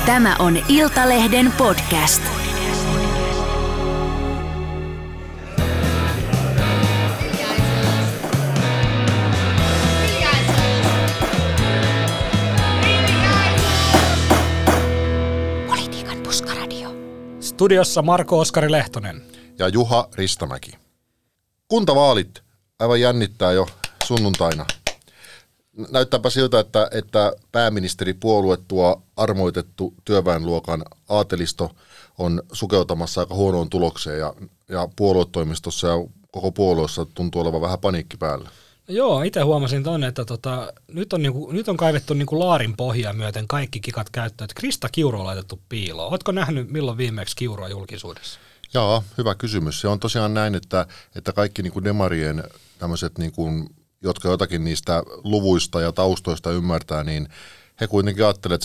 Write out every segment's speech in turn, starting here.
Tämä on Iltalehden podcast. Politiikan puskaradio. Studiossa Marko Oskari Lehtonen. Ja Juha Ristamäki. Kuntavaalit aivan jännittää jo sunnuntaina. Näyttääpä siltä, että pääministeripuolue tuo armoitettu työväenluokan aatelisto on sukeutamassa aika huonoon tulokseen ja puoluetoimistossa ja koko puolueessa tuntuu olevan vähän paniikki päällä. Joo, itse huomasin tuonne, että nyt on kaivettu niinku laarin pohjaa myöten kaikki kikat käyttöön, että Krista Kiuru on laitettu piiloon. Oletko nähnyt milloin viimeksi Kiurua julkisuudessa? Joo, hyvä kysymys. Se on tosiaan näin, että kaikki niinku demarien tämmöiset niinku, jotka jotakin niistä luvuista ja taustoista ymmärtää, niin he kuitenkin ajattelevat,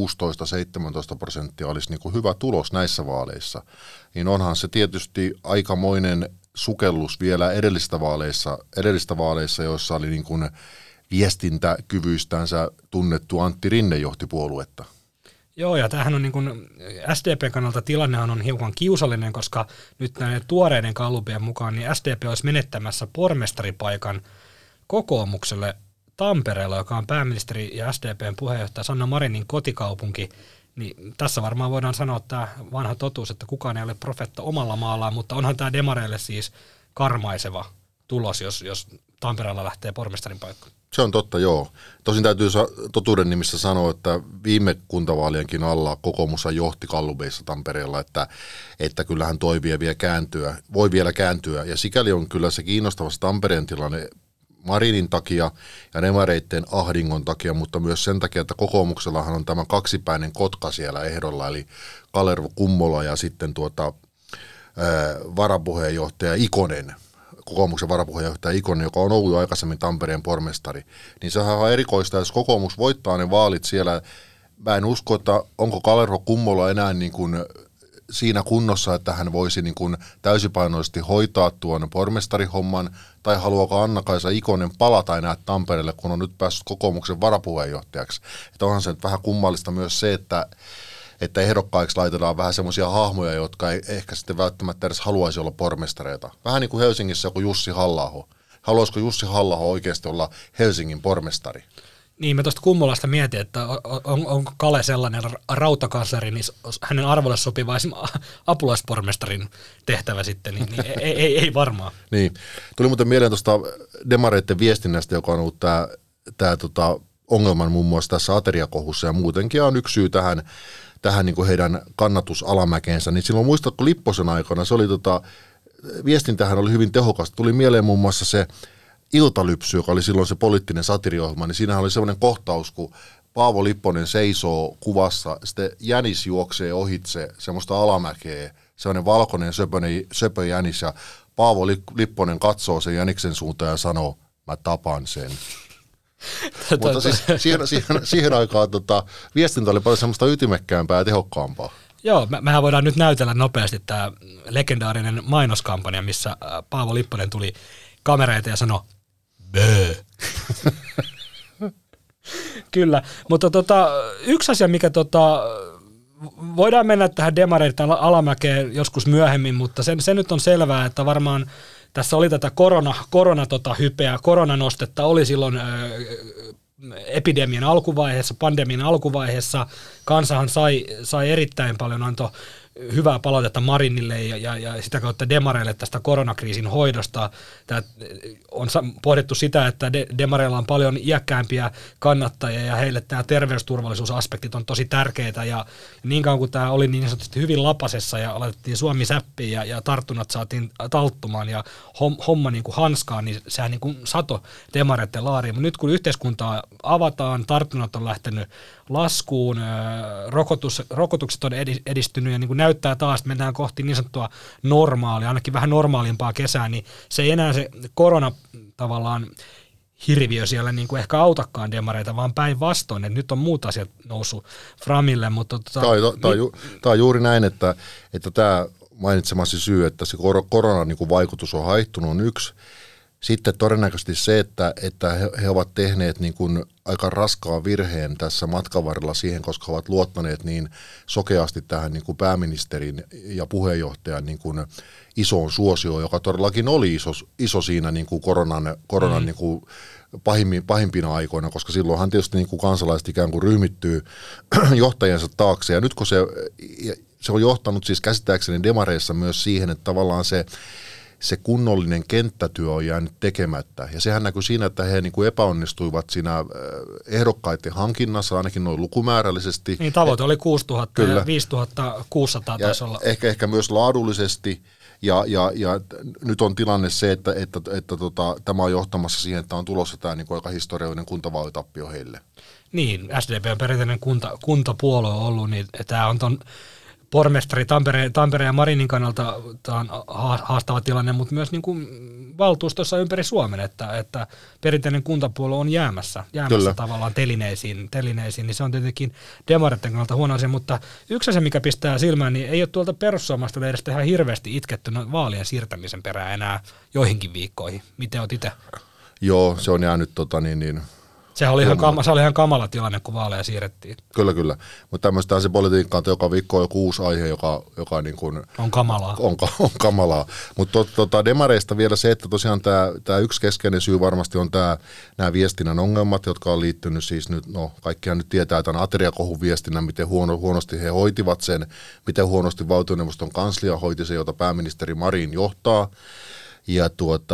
että 16-17% olisi niin kuin hyvä tulos näissä vaaleissa. Niin onhan se tietysti aikamoinen sukellus vielä edellistä vaaleissa, joissa oli niin kuin viestintäkyvyistänsä tunnettu Antti Rinne johti puoluetta. Joo, ja tämähän on niin kuin SDP:n kannalta tilannehan on hiukan kiusallinen, koska nyt näiden tuoreiden gallupien mukaan niin SDP olisi menettämässä pormestaripaikan kokoomukselle Tampereella, joka on pääministeri ja SDP:n puheenjohtaja Sanna Marinin kotikaupunki, niin tässä varmaan voidaan sanoa tämä vanha totuus, että kukaan ei ole profeetta omalla maallaan, mutta onhan tämä demareille siis karmaiseva tulos, jos Tampereella lähtee pormestarin paikkaan. Se on totta, joo. Tosin täytyy totuuden nimissä sanoa, että viime kuntavaalienkin alla kokoomus johti gallupeissa Tampereella, että kyllähän toi voi vielä kääntyä. Ja sikäli on kyllä se kiinnostava Tampereen tilanne Marinin takia ja demareitten ahdingon takia, mutta myös sen takia, että kokoomuksellahan on tämä kaksipäinen kotka siellä ehdolla, eli Kalervo Kummola ja sitten varapuheenjohtaja Ikonen, kokoomuksen varapuheenjohtaja Ikonen, joka on ollut jo aikaisemmin Tampereen pormestari. Niin sehän on erikoista, jos kokoomus voittaa ne vaalit siellä. Mä en usko, että onko Kalervo Kummola enää niin kuin siinä kunnossa, että hän voisi niin kuin täysipainoisesti hoitaa tuon pormestarihomman, tai haluaako Anna-Kaisa Ikonen palata enää Tampereelle, kun on nyt päässyt kokoomuksen varapuheenjohtajaksi. Että onhan se nyt vähän kummallista myös se, että ehdokkaiksi laitetaan vähän semmoisia hahmoja, jotka ei ehkä sitten välttämättä edes haluaisi olla pormestareita. Vähän niin kuin Helsingissä joku Jussi Halla-aho. Haluaisiko Jussi Halla-aho oikeasti olla Helsingin pormestari? Niin, mä tuosta Kummolasta mietin, että onko Kale sellainen rautakansleri, niin hänen arvolle sopiva esimerkiksi apulaispormestarin tehtävä sitten, niin ei varmaan. Niin, tuli muuten mieleen tuosta demareitten viestinnästä, joka on ollut tämä ongelman muun muassa tässä ateriakohussa ja muutenkin on yksi syy tähän niin kuin heidän kannatusalamäkeensä, niin silloin muistatko Lipposen aikana, se oli viestintähän oli hyvin tehokasta, tuli mieleen muun muassa se Iltalypsy, joka oli silloin se poliittinen satiriohjelma, niin siinähän oli sellainen kohtaus, kun Paavo Lipponen seisoo kuvassa, sitten jänis juoksee ohitse semmoista alamäkeä, sellainen valkoinen söpö jänis, ja Paavo Lipponen katsoo sen jäniksen suuntaan ja sanoo, mä tapan sen. Mutta siis siihen aikaan viestintä oli paljon semmoista ytimekkäämpää ja tehokkaampaa. Joo, mehän voidaan nyt näytellä nopeasti tämä legendaarinen mainoskampanja, missä Paavo Lipponen tuli kamereita ja sanoi, böö. Kyllä, mutta yksi asia, mikä voidaan mennä tähän demareiden alamäkeen joskus myöhemmin, mutta se nyt on selvää, että varmaan tässä oli tätä hypeä, koronanostetta oli silloin epidemian alkuvaiheessa, pandemian alkuvaiheessa. Kansahan sai erittäin paljon, antoi hyvää palautetta Marinille ja sitä kautta demareille tästä koronakriisin hoidosta. Tämä on pohdittu sitä, että demareilla on paljon iäkkäämpiä kannattajia ja heille tämä terveysturvallisuusaspektit on tosi tärkeitä ja niin kauan kuin tämä oli niin sanotusti hyvin lapasessa ja laitettiin Suomi säppiin ja tartunnat saatiin talttumaan ja homma niin kuin hanskaan, niin sehän niin kuin sato demareiden laariin. Mutta nyt kun yhteiskuntaa avataan, tartunnat on lähtenyt laskuun, rokotukset on edistynyt ja niin kuin näyttää taas, että mennään kohti niin sanottua normaalia, ainakin vähän normaalimpaa kesää, niin se ei enää se korona tavallaan hirviö siellä niin kuin ehkä autakaan demareita, vaan päinvastoin, että nyt on muut asiat noussut framille. Mutta Tämä on juuri näin, että tämä mainitsemasi syy, että se koronan niin kuin vaikutus on haihtunut on yksi. Sitten todennäköisesti se, että he ovat tehneet niin kuin aika raskaan virheen tässä matkan varrella siihen, koska ovat luottaneet niin sokeasti tähän niin kuin pääministerin ja puheenjohtajan niin kuin isoon suosioon, joka todellakin oli iso siinä niin kuin koronan niin kuin pahimpina aikoina, koska silloinhan tietysti niin kuin kansalaiset ikään kuin ryhmittyy johtajansa taakse. Ja nyt kun se on johtanut siis käsittääkseni demareissa myös siihen, että tavallaan se kunnollinen kenttätyö on jäänyt tekemättä. Ja sehän näkyy siinä, että he niin kuin epäonnistuivat siinä ehdokkaiden hankinnassa, ainakin noin lukumäärällisesti. Niin tavoite oli 6000 ja 5600 taisi olla. Ehkä myös laadullisesti. Ja nyt on tilanne se, että tämä on johtamassa siihen, että on tulossa tämä niin kuin aika historiallinen kuntavaalitappio heille. Niin, SDP on perinteinen kuntapuolue ollut, niin tämä on ton pormestari Tampereen ja Marinin kannalta tämä on haastava tilanne, mutta myös niin kuin valtuustossa ympäri Suomen, että perinteinen kuntapuolue on jäämässä tavallaan telineisiin, niin se on tietenkin demareiden kannalta huono asia, mutta yksi asia, mikä pistää silmään, niin ei ole tuolta perussuomalaista lehdestä ihan hirveästi itketty vaalien siirtämisen perään enää joihinkin viikkoihin. Miten olet itse? Joo, se on jäänyt Se oli ihan kamala tilanne, kun vaaleja siirrettiin. Kyllä. Mutta tämmöistä se politiikka on, että joka viikko on joku uusi aihe, joka niin kuin on kamalaa. On kamalaa. Mutta demareista vielä se, että tosiaan tämä yksi keskeinen syy varmasti on nämä viestinnän ongelmat, jotka on liittynyt siis nyt, kaikkihan nyt tietää tämän ateriakohun viestinnän, miten huonosti he hoitivat sen, miten huonosti valtioneuvoston kanslia hoiti sen, jota pääministeri Marin johtaa. Ja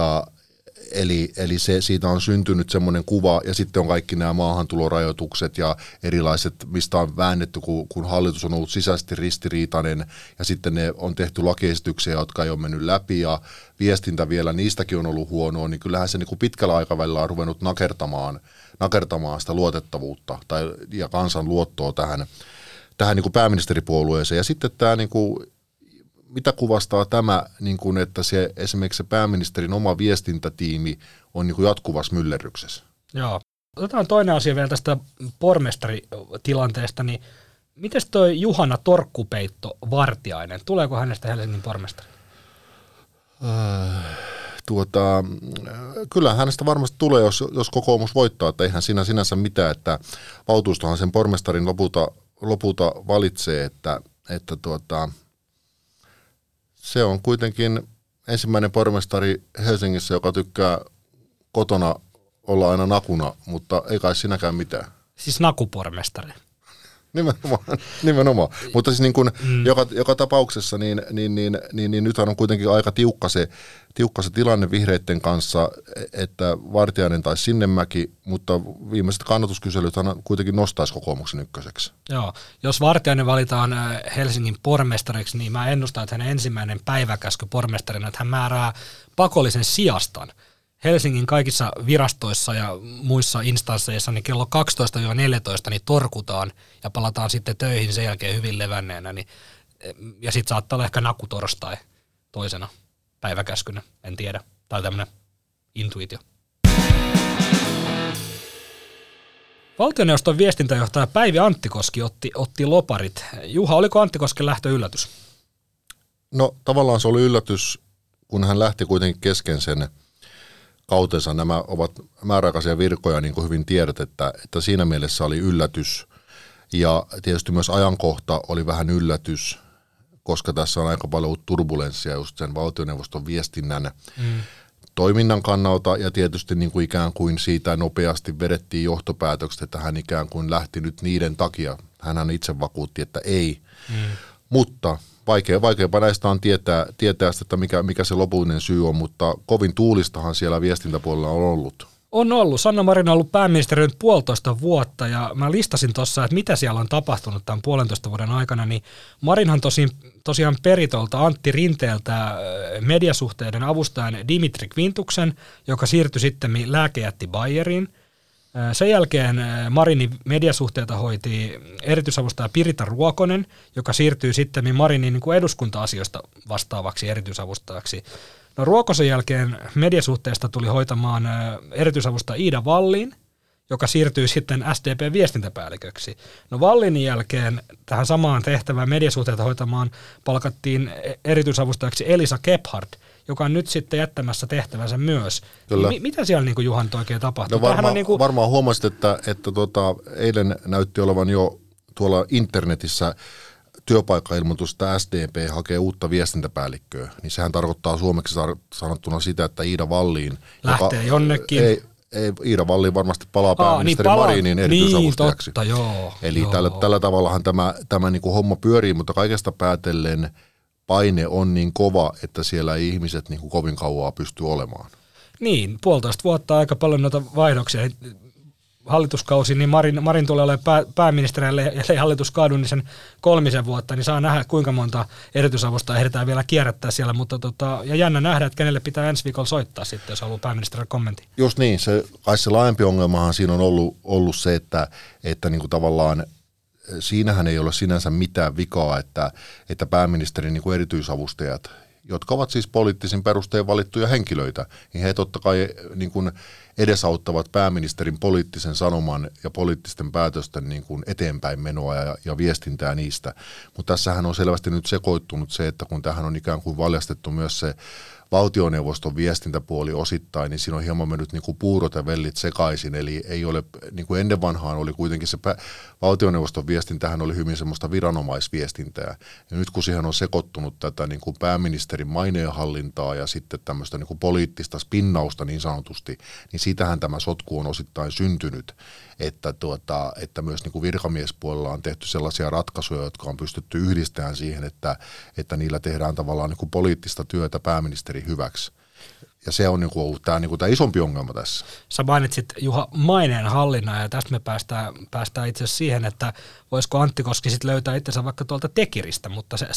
Eli siitä on syntynyt semmoinen kuva, ja sitten on kaikki nämä maahantulorajoitukset ja erilaiset, mistä on väännetty, kun hallitus on ollut sisäisesti ristiriitainen, ja sitten ne on tehty lakiesityksiä, jotka ei ole mennyt läpi, ja viestintä vielä niistäkin on ollut huonoa, niin kyllähän se niin kuin pitkällä aikavälillä on ruvennut nakertamaan sitä luotettavuutta ja kansan luottoa tähän niin kuin pääministeripuolueeseen. Ja sitten tämä niin kuin mitä kuvastaa tämä, niin kuin, että esimerkiksi se pääministerin oma viestintätiimi on niin kuin jatkuvassa myllerryksessä? Joo. Otetaan toinen asia vielä tästä pormestaritilanteesta. Niin mites toi Juhana Torkkupeitto Vartiainen, tuleeko hänestä Helsingin pormestari? Kyllä hänestä varmasti tulee, jos kokoomus voittaa, että eihän siinä sinänsä mitään, että valtuustohan sen pormestarin lopulta valitsee, että se on kuitenkin ensimmäinen pormestari Helsingissä, joka tykkää kotona olla aina nakuna, mutta ei kai sinäkään mitään. Siis nakupormestari. Nimenomaan. Mutta siis niin kuin joka tapauksessa, niin nythän on kuitenkin aika tiukka se tilanne vihreiden kanssa, että Vartiainen tai Sinnemäki, mutta viimeiset kannatuskyselythän kuitenkin nostaisi kokoomuksen ykköseksi. Joo, jos Vartiainen valitaan Helsingin pormestariksi, niin mä ennustan, että hänen ensimmäinen päiväkäsky pormestarina, että hän määrää pakollisen sijastan. Helsingin kaikissa virastoissa ja muissa instansseissa niin kello 12-14 niin torkutaan ja palataan sitten töihin sen jälkeen hyvin levänneenä. Niin, ja sitten saattaa olla ehkä nakutorstai toisena päiväkäskynä, en tiedä. Tai tämmöinen intuitio. Valtioneuvoston viestintäjohtaja Päivi Anttikoski otti loparit. Juha, oliko Anttikosken lähtö yllätys? No tavallaan se oli yllätys, kun hän lähti kuitenkin kesken sen kautensa. Nämä ovat määräaikaisia virkoja, niin kuin hyvin tiedät, että siinä mielessä oli yllätys. Ja tietysti myös ajankohta oli vähän yllätys, koska tässä on aika paljon turbulenssia just sen valtioneuvoston viestinnän toiminnan kannalta. Ja tietysti niin kuin ikään kuin siitä nopeasti vedettiin johtopäätökset, että hän ikään kuin lähti nyt niiden takia. Hänhän itse vakuutti, että ei. Mutta vaikeampaa näistä on tietää sitä, että mikä se lopullinen syy on, mutta kovin tuulistahan siellä viestintäpuolella on ollut. On ollut. Sanna Marin on ollut pääministeri nyt 1,5 vuotta ja mä listasin tuossa, että mitä siellä on tapahtunut tämän 1,5 vuoden aikana, niin Marinhan tosiaan peri tuolta Antti Rinteeltä mediasuhteiden avustajan Dimitri Quintuksen, joka siirtyi sitten lääkejätti Bayeriin. Sen jälkeen Marinin mediasuhteita hoiti erityisavustaja Pirita Ruokonen, joka siirtyy sitten Marinin niin kuin eduskunta-asioista vastaavaksi erityisavustajaksi. No Ruokosen jälkeen mediasuhteesta tuli hoitamaan erityisavustaja Iida Wallin, joka siirtyy sitten SDP-viestintäpäälliköksi. No Wallinin jälkeen tähän samaan tehtävään mediasuhteita hoitamaan palkattiin erityisavustajaksi Elisa Gebhard, joka on nyt sitten jättämässä tehtävänsä myös. Mitä siellä niin kuin Juhan oikein tapahtuu? No varmaan huomasit, että eilen näytti olevan jo tuolla internetissä työpaikkailmoitusta SDP hakee uutta viestintäpäällikköä, niin sehän tarkoittaa suomeksi sanottuna sitä, että Iida Valliin lähtee jonnekin. Iida Valliin varmasti palaa pääministeri Marinin erityisavustajaksi. Niin, totta, joo. Eli tällä tavallahan tämä niin kuin homma pyörii, mutta kaikesta päätellen paine on niin kova, että siellä ei ihmiset niin kuin kovin kauaa pysty olemaan. Niin, 1,5 vuotta aika paljon noita vaihdoksia. Hallituskausi, niin Marin tulee olemaan pääministerille, ellei hallitus kaadu, niin sen 3 vuotta, niin saa nähdä, kuinka monta erityisavustaa ehditään vielä kierrättää siellä, mutta ja jännä nähdä, että kenelle pitää ensi viikolla soittaa sitten, jos haluaa pääministerille kommentin. Just niin, kai se laajempi ongelmahan siinä on ollut se, että niin kuin tavallaan siinähän ei ole sinänsä mitään vikaa, että pääministerin niin kuin erityisavustajat, jotka ovat siis poliittisin perustein valittuja henkilöitä, niin he totta kai niin kuin edesauttavat pääministerin poliittisen sanoman ja poliittisten päätösten niin kuin eteenpäin menoa ja viestintää niistä. Mutta tässähän on selvästi nyt sekoittunut se, että kun tähän on ikään kuin valjastettu myös se valtioneuvoston viestintäpuoli osittain, niin siinä on hieman mennyt niin kuin puurot ja vellit sekaisin, eli ei ole, niin kuin ennen vanhaan oli kuitenkin se valtioneuvoston viestintähän oli hyvin semmoista viranomaisviestintää, ja nyt kun siihen on sekoittunut tätä niin kuin pääministerin maineenhallintaa ja sitten tämmöistä niin kuin poliittista spinnausta niin sanotusti, niin siitähän tämä sotku on osittain syntynyt, että myös niin kuin virkamiespuolella on tehty sellaisia ratkaisuja, jotka on pystytty yhdistämään siihen, että niillä tehdään tavallaan niin kuin poliittista työtä pääministerin hyväksi. Ja se on niin kuin ollut tämä isompi ongelma tässä. Sä mainitsit Juha maineen hallinnan ja tästä me päästään itse asiassa siihen, että voisiko Antti Koski sitten löytää itsensä vaikka tuolta Tekiristä, mutta se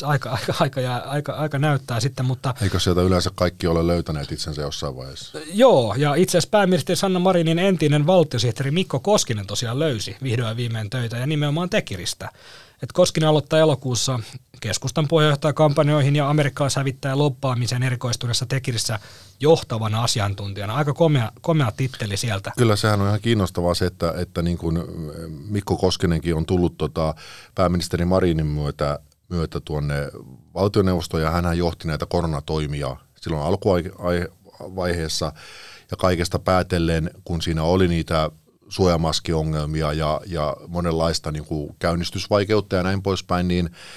aika näyttää sitten. Mutta eikö sieltä yleensä kaikki ole löytäneet itsensä jossain vaiheessa? Joo, ja itse asiassa pääministeri Sanna Marinin entinen valtiosihteeri Mikko Koskinen tosiaan löysi vihdoin viimein töitä ja nimenomaan Tekiristä. Et Koskinen aloittaa elokuussa keskustan puheenjohtajakampanjoihin ja amerikkalais-hävittäjän lobbaamiseen erikoistuneessa Tekirissä johtavana asiantuntijana. Aika komea titteli sieltä. Kyllä sehän on ihan kiinnostavaa se, että niin kuin Mikko Koskinenkin on tullut pääministeri Marinin myötä tuonne valtioneuvostoon ja hänhän johti näitä koronatoimia silloin alkuvaiheessa ja kaikesta päätellen, kun siinä oli niitä suojamaskiongelmia ja monenlaista niin kuin käynnistysvaikeutta ja näin poispäin,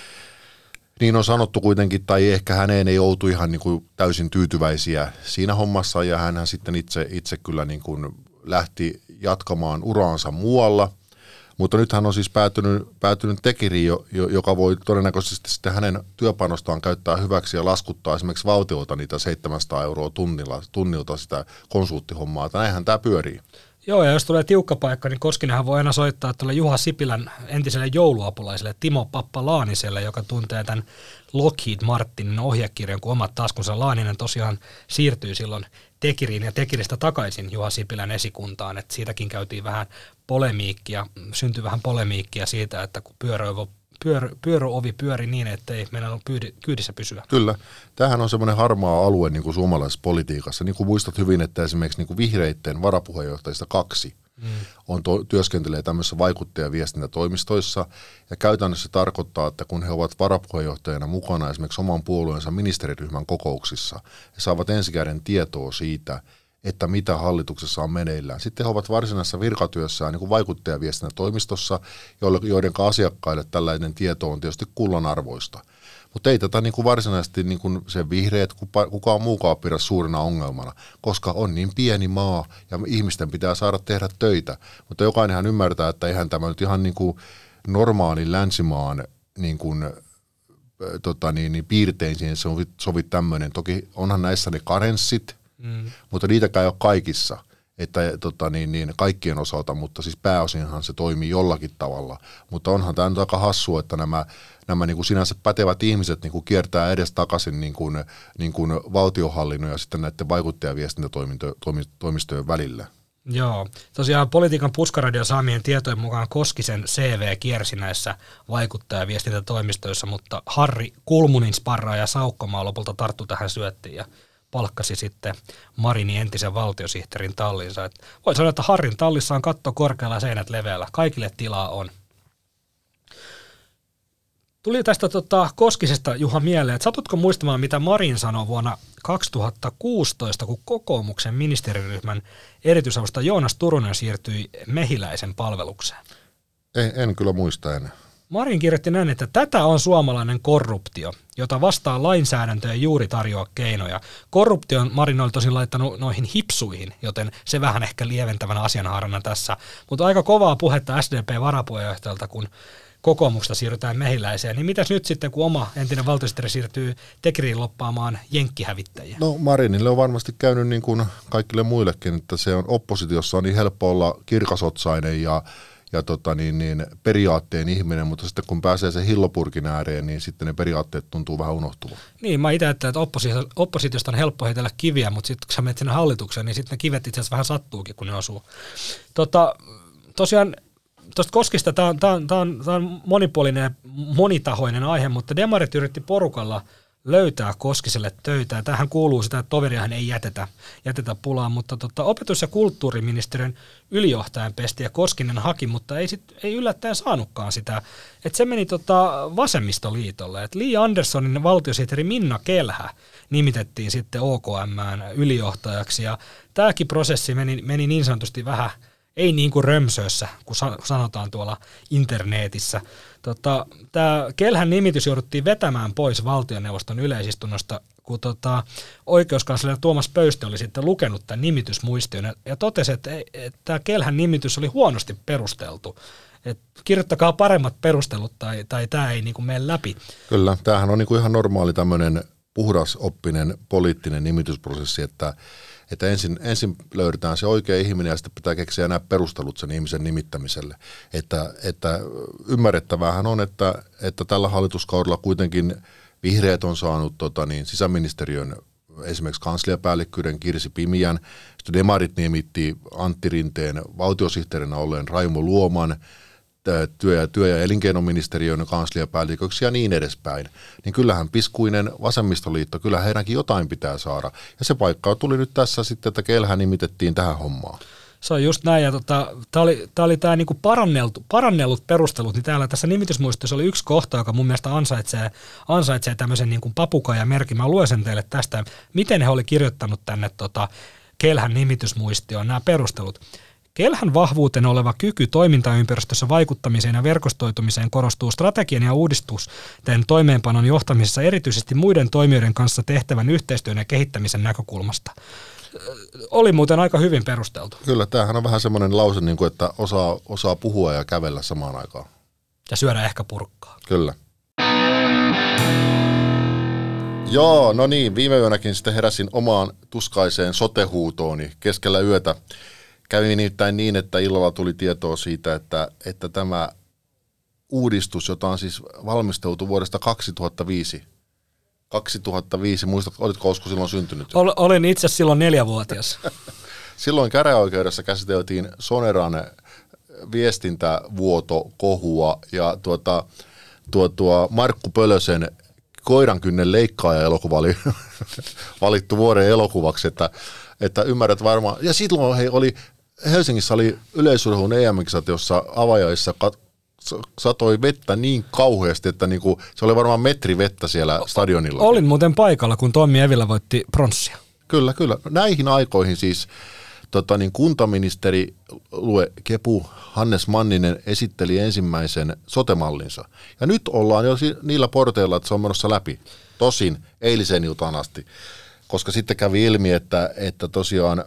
niin on sanottu kuitenkin, tai ehkä häneen ei oltu ihan niin kuin täysin tyytyväisiä siinä hommassa, ja hänhän sitten itse kyllä niin kuin lähti jatkamaan uraansa muualla, mutta nyt hän on siis päätynyt Tekiriin, joka voi todennäköisesti sitten hänen työpanostaan käyttää hyväksi ja laskuttaa esimerkiksi valtiolta niitä 700 € tunnilta sitä konsulttihommaa, että näinhän tämä pyörii. Joo, ja jos tulee tiukka paikka, niin Koskinenhan voi aina soittaa tuolle Juha Sipilän entiselle jouluapulaiselle Timo Pappa-Laaniselle, joka tuntee tämän Lockheed Martinin ohjekirjan kuin omat taskunsa. Laaninen tosiaan siirtyi silloin Tekiriin ja Tekiristä takaisin Juha Sipilän esikuntaan, että siitäkin käytiin vähän polemiikkia, syntyi vähän polemiikkia siitä, että kun pyöröovi pyöri niin, ettei meidän ole kyydissä pysyä. Kyllä. Tämähän on semmoinen harmaa alue niin kuin suomalaisessa politiikassa. Niin kuin muistat hyvin, että esimerkiksi niin kuin vihreitten varapuheenjohtajista 2 työskentelee tämmöisissä vaikuttajaviestintätoimistoissa. Ja käytännössä tarkoittaa, että kun he ovat varapuheenjohtajana mukana esimerkiksi oman puolueensa ministeriryhmän kokouksissa, he saavat ensikäden tietoa siitä, että mitä hallituksessa on meneillään. Sitten he ovat varsinaisessa virkatyössään niin kuin vaikuttajaviestintätoimistossa, joiden asiakkaille tällainen tieto on tietysti kullanarvoista. Mutta ei tätä niin kuin varsinaisesti niin kuin se vihreät kukaan muukaan pidä suurena ongelmana, koska on niin pieni maa ja ihmisten pitää saada tehdä töitä. Mutta jokainenhan ymmärtää, että eihän tämä nyt ihan niin kuin normaalin länsimaan niin kuin, piirtein siihen sovi tämmöinen. Toki onhan näissä ne karenssit, mutta niitäkään ei ole kaikissa, että kaikkien osalta, mutta siis pääosinhan se toimii jollakin tavalla. Mutta onhan tämä nyt aika hassua, että nämä niin kuin sinänsä pätevät ihmiset niin kuin kiertää edes takaisin niin kuin valtionhallinnon ja sitten näiden vaikuttajaviestintätoimistojen välillä. Joo, tosiaan Politiikan Puskaradio saamien tietojen mukaan Koskisen CV kiersi näissä vaikuttajaviestintätoimistoissa, mutta Harri Kulmunin sparraaja Saukkomaa lopulta tarttui tähän syöttiin ja palkkasi sitten Marinin entisen valtiosihteerin tallinsa. Et voi sanoa, että Harrin tallissa on katto korkealla ja seinät leveällä. Kaikille tilaa on. Tuli tästä Koskisesta, Juha, mieleen, että satutko muistamaan, mitä Marin sanoi vuonna 2016, kun kokoomuksen ministeriryhmän erityisavusta Joonas Turunen siirtyi Mehiläisen palvelukseen? En kyllä muista enää. Marin kirjoitti näin, että tätä on suomalainen korruptio, jota vastaan lainsäädäntö ei juuri tarjoa keinoja. Korruption Marin oli tosin laittanut noihin hipsuihin, joten se vähän ehkä lieventävänä asianhaarana tässä. Mutta aika kovaa puhetta SDP-varapuheenjohtajalta, kun kokoomuksesta siirrytään Mehiläiseen. Niin mitäs nyt sitten, kun oma entinen valtiosihteeri siirtyy Tekriin loppaamaan jenkkihävittäjiä? No Marinille on varmasti käynyt niin kuin kaikille muillekin, että se on oppositiossa on niin helppo olla kirkasotsainen ja periaatteen ihminen, mutta sitten kun pääsee sen hillopurkin ääreen, niin sitten ne periaatteet tuntuu vähän unohtuvan. Niin, mä itse ajattelen, että oppositiosta on helppo heitellä kiviä, mutta sitten kun sä menet sinne hallitukseen, niin sitten ne kivet itse asiassa vähän sattuukin, kun ne osuu. Tosiaan, tuosta Koskista, tämä on monipuolinen ja monitahoinen aihe, mutta demarit yritti porukalla löytää Koskiselle töitä. Tähän kuuluu sitä, että toveriahan ei jätetä pulaan, mutta opetus- ja kulttuuriministeriön ylijohtajan pesti ja Koskinen haki, mutta ei yllättäen saanutkaan sitä. Että se meni vasemmistoliitolle. Et Li Anderssonin valtiosihteeri Minna Kelhä nimitettiin sitten OKM:ään ylijohtajaksi ja tämäkin prosessi meni niin sanotusti vähän ei niin kuin römsössä, kun sanotaan tuolla internetissä. Tämä Kelhän nimitys jouduttiin vetämään pois valtioneuvoston yleisistunnosta, kun oikeuskansleri Tuomas Pöysti oli sitten lukenut tämän nimitysmuistion ja totesi, että tämä Kelhän nimitys oli huonosti perusteltu. Et kirjoittakaa paremmat perustelut tai tämä ei niin kuin mene läpi. Kyllä, tämähän on niin kuin ihan normaali tämmöinen puhdasoppinen poliittinen nimitysprosessi, että ensin löydetään se oikea ihminen ja sitten pitää keksiä nämä perustelut sen ihmisen nimittämiselle. Että ymmärrettävähän on, että tällä hallituskaudella kuitenkin vihreät on saanut sisäministeriön esimerkiksi kansliapäällikkyyden Kirsi Pimiän, sitten demarit nimitti Antti Rinteen valtiosihteerinä olleen Raimo Luoman, työ- ja elinkeinoministeriön kansliapäälliköksi ja niin edespäin, niin kyllähän piskuinen vasemmistoliitto, kyllä heidänkin jotain pitää saada. Ja se paikka tuli nyt tässä sitten, että Kelhä nimitettiin tähän hommaan. Se on just näin, ja tämä oli tämä niinku parannellut perustelut, niin täällä tässä nimitysmuistiossa oli yksi kohta, joka mun mielestä ansaitsee tämmöisen niinku papukajamerkin. Mä luen sen teille tästä, miten he oli kirjoittanut tänne Kelhän nimitysmuistioon nämä perustelut. Kelhän vahvuuten oleva kyky toimintaympäristössä vaikuttamiseen ja verkostoitumiseen korostuu strategian ja uudistusten toimeenpanon johtamisessa erityisesti muiden toimijoiden kanssa tehtävän yhteistyön ja kehittämisen näkökulmasta. Oli muuten aika hyvin perusteltu. Kyllä, tämähän on vähän semmoinen lause, että osaa puhua ja kävellä samaan aikaan. Ja syödä ehkä purkkaa. Kyllä. Joo, no niin, viime yönäkin sitten heräsin omaan tuskaiseen sote-huutooni keskellä yötä. Kävi nimittäin niin, että illalla tuli tietoa siitä, että tämä uudistus, jota on siis valmisteltu vuodesta 2005, muistatko, olitko Osku silloin syntynyt? Olin itse silloin 4-vuotias. Silloin käräjäoikeudessa käsiteltiin Soneran viestintävuotokohua ja Markku Pölösen Koirankynnen leikkaaja-elokuva oli valittu vuoden elokuvaksi, että ymmärrät varmaan. Ja silloin Helsingissä oli yleisurheilun EM-kisat, jossa avajaissa satoi vettä niin kauheasti, että niinku, se oli varmaan metri vettä siellä stadionilla. Olin muuten paikalla, kun Tommi Evilä voitti pronssia. Kyllä. Näihin aikoihin siis kuntaministeri Kepu Hannes Manninen esitteli ensimmäisen sote-mallinsa. Ja nyt ollaan jo niillä porteilla, että se on menossa läpi. Tosin eilisen iltaan asti. Koska sitten kävi ilmi, että tosiaan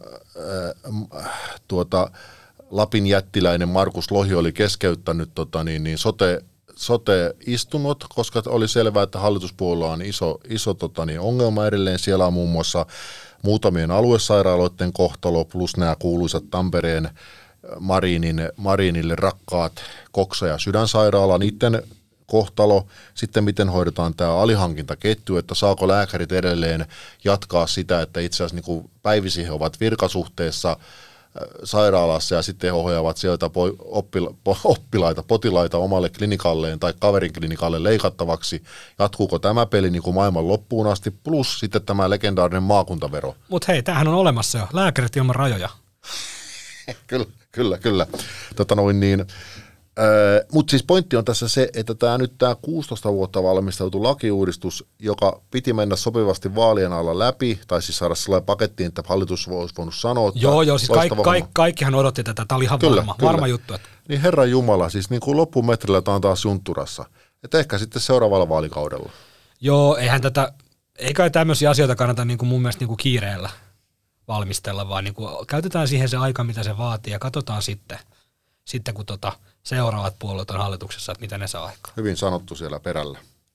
Lapin jättiläinen Markus Lohi oli keskeyttänyt sote-istunnot, koska oli selvää, että hallituspuolella on iso ongelma edelleen. Siellä on muun muassa muutamien aluesairaaloiden kohtalo plus nämä kuuluisat Tampereen Marinille rakkaat Koksa- ja Sydänsairaala, niiden kohtalo, sitten miten hoidetaan tämä alihankintaketju, että saako lääkärit edelleen jatkaa sitä, että itse asiassa niin päivisin he ovat virkasuhteessa sairaalassa ja sitten he ohjaavat sieltä oppilaita, potilaita omalle klinikalleen tai kaverin klinikalle leikattavaksi. Jatkuuko tämä peli niin kuin maailman loppuun asti, plus sitten tämä legendaarinen maakuntavero. Mutta hei, tämähän on olemassa jo, lääkärit ilman rajoja. Kyllä. Mutta siis pointti on tässä se, että tämä 16 vuotta valmisteltu lakiuudistus, joka piti mennä sopivasti vaalien alla läpi, tai siis saada sellainen pakettiin, että hallitus olisi voinut sanoa, että Joo, siis kaikkihan odotti tätä, tämä oli ihan varma juttu. Että... Niin Herran Jumala, siis niin kuin loppumetrillä tämä on taas juntturassa. Että ehkä sitten seuraavalla vaalikaudella. Joo, ei kai tämmöisiä asioita kannata niin kuin mun mielestä niin kuin kiireellä valmistella, vaan niin kuin käytetään siihen se aika, mitä se vaatii, ja katsotaan sitten kun seuraavat puolueet on hallituksessa, että mitä ne saa aikaan. Hyvin sanottu siellä perällä.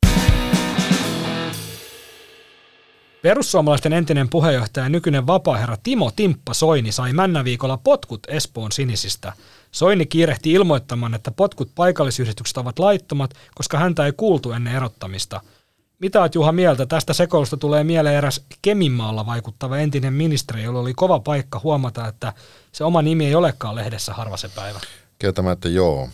Perussuomalaisten entinen puheenjohtaja ja nykyinen vapaaherra Timo Timppa Soini sai männäviikolla potkut Espoon sinisistä. Soini kiirehti ilmoittamaan, että potkut paikallisyhdistykset ovat laittomat, koska häntä ei kuultu ennen erottamista. Mitä olet, Juha, mieltä? Tästä sekoilusta tulee mieleen eräs Keminmaalla vaikuttava entinen ministeri, jolla oli kova paikka huomata, että se oma nimi ei olekaan lehdessä harva se päivä. Kieltämättä joo.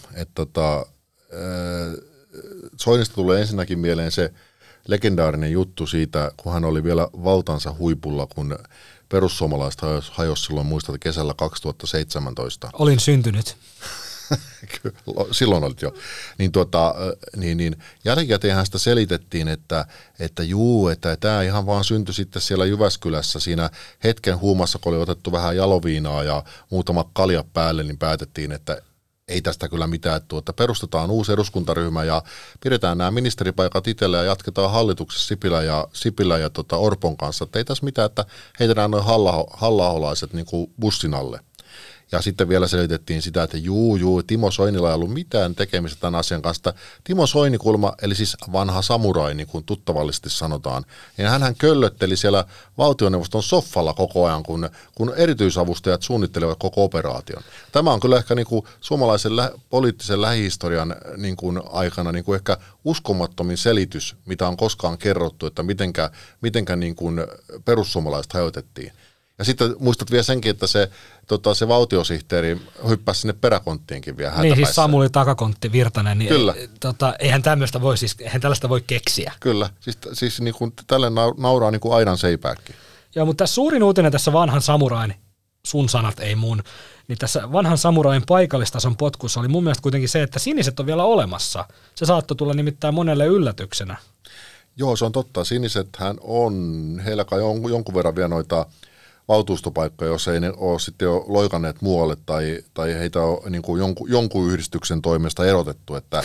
Soinista tulee ensinnäkin mieleen se legendaarinen juttu siitä, kun hän oli vielä valtansa huipulla, kun perussuomalaiset hajosi silloin, muistat, kesällä 2017. Olin syntynyt. Silloin olit jo. Niin jälkikäteenhän sitä selitettiin, että tämä ihan vaan syntyi sitten siellä Jyväskylässä siinä hetken huumassa, kun oli otettu vähän jaloviinaa ja muutama kalja päälle, niin päätettiin, että ei tästä kyllä mitään, että perustetaan uusi eduskuntaryhmä ja pidetään nämä ministeripaikat itselle ja jatketaan hallituksessa Sipilä ja Orpon kanssa, että ei tässä mitään, että heitetään noin halla-aholaiset niin kuin bussin alle. Ja sitten vielä selitettiin sitä, että Timo Soinilla ei ollut mitään tekemistä tämän asian kanssa. Timo Soini kulma, eli siis vanha samurai, niin kuin tuttavallisesti sanotaan, niin hänhän köllötteli siellä valtioneuvoston soffalla koko ajan, kun erityisavustajat suunnittelevat koko operaation. Tämä on kyllä ehkä niin kuin suomalaisen poliittisen lähihistorian niin kuin aikana niin kuin ehkä uskomattomin selitys, mitä on koskaan kerrottu, että mitenkä niin kuin perussuomalaiset hajotettiin. Ja sitten muistat vielä senkin, että se valtiosihteeri hyppäsi sinne peräkonttiinkin vielä hätäpäissä. Niin, siis Samuli Takakontti Virtanen, niin kyllä. Eihän tällaista voi keksiä. Kyllä, siis niin kuin tälle nauraa niin kuin aidan seipääkin. Joo, mutta tässä suurin uutinen tässä vanhan samurain, sun sanat ei mun, niin tässä vanhan samurain paikallistason potkussa oli mun mielestä kuitenkin se, että siniset on vielä olemassa. Se saattoi tulla nimittäin monelle yllätyksenä. Joo, se on totta. Sinisethän on, heillä kai on jonkun verran vielä noita valtuustopaikkoja, jos ei ne ole sitten jo loikanneet muualle tai heitä on niin kuin jonkun yhdistyksen toimesta erotettu, että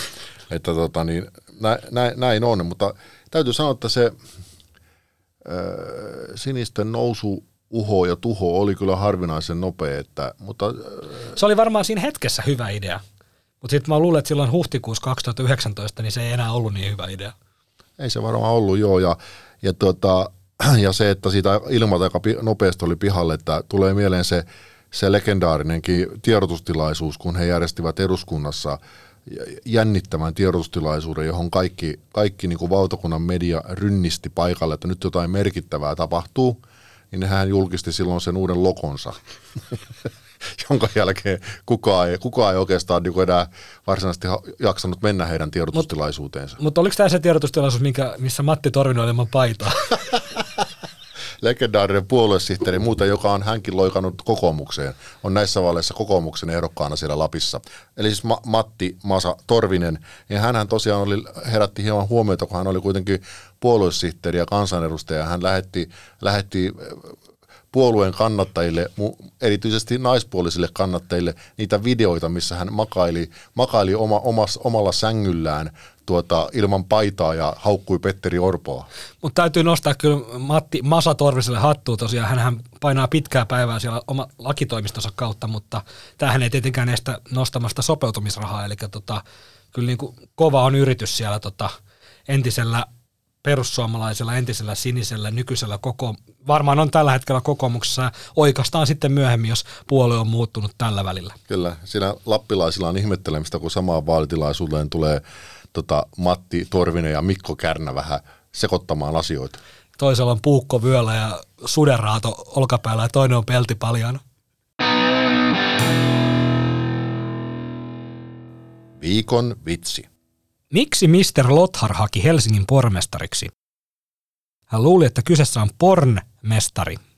näin on, mutta täytyy sanoa, että se sinisten nousu, uho ja tuho oli kyllä harvinaisen nopea, mutta se oli varmaan siinä hetkessä hyvä idea, mutta sitten mä luulen, että silloin huhtikuussa 2019 niin se ei enää ollut niin hyvä idea. Ei se varmaan ollut, joo, ja se, että siitä ilmoita aika nopeasti oli pihalle, että tulee mieleen se legendaarinenkin tiedotustilaisuus, kun he järjestivät eduskunnassa jännittävän tiedotustilaisuuden, johon kaikki niin kuin valtakunnan media rynnisti paikalle, että nyt jotain merkittävää tapahtuu, niin hän julkisti silloin sen uuden logonsa, jonka jälkeen kukaan ei oikeastaan niin enää varsinaisesti jaksanut mennä heidän tiedotustilaisuuteensa. Mutta oliko tämä se tiedotustilaisuus, missä Matti Torvinen oli ilman paitaa? Legendaarinen puoluesihteeri, muuten joka on hänkin loikannut kokoomukseen, on näissä vaaleissa kokoomuksen ehdokkaana siellä Lapissa. Eli siis Matti Masa Torvinen, ja hänhän tosiaan herätti hieman huomiota, kun hän oli kuitenkin puoluesihteeri ja kansanedustaja. Hän lähetti puolueen kannattajille, erityisesti naispuolisille kannattajille, niitä videoita, missä hän makaili omalla sängyllään ilman paitaa ja haukkui Petteri Orpoa. Mutta täytyy nostaa kyllä Matti Masa Torviselle hattua tosiaan. Hänhän painaa pitkää päivää siellä oma lakitoimistonsa kautta, mutta tämähän ei tietenkään estä nostamasta sopeutumisrahaa. Eli kyllä niin kuin kova on yritys siellä entisellä perussuomalaisella, entisellä sinisellä, nykyisellä varmaan on tällä hetkellä kokoomuksessa ja oikeastaan sitten myöhemmin, jos puolue on muuttunut tällä välillä. Kyllä, siinä lappilaisilla on ihmettelemistä, kun samaan vaalitilaisuuteen tulee Matti Torvinen ja Mikko Kärnä vähän sekoittamaan asioita. Toisella on puukko vyöllä ja sudenraato olkapäällä ja toinen on pelti paljana. Viikon vitsi. Miksi Mr. Lothar haki Helsingin pormestariksi? Hän luuli, että kyseessä on pornmestari.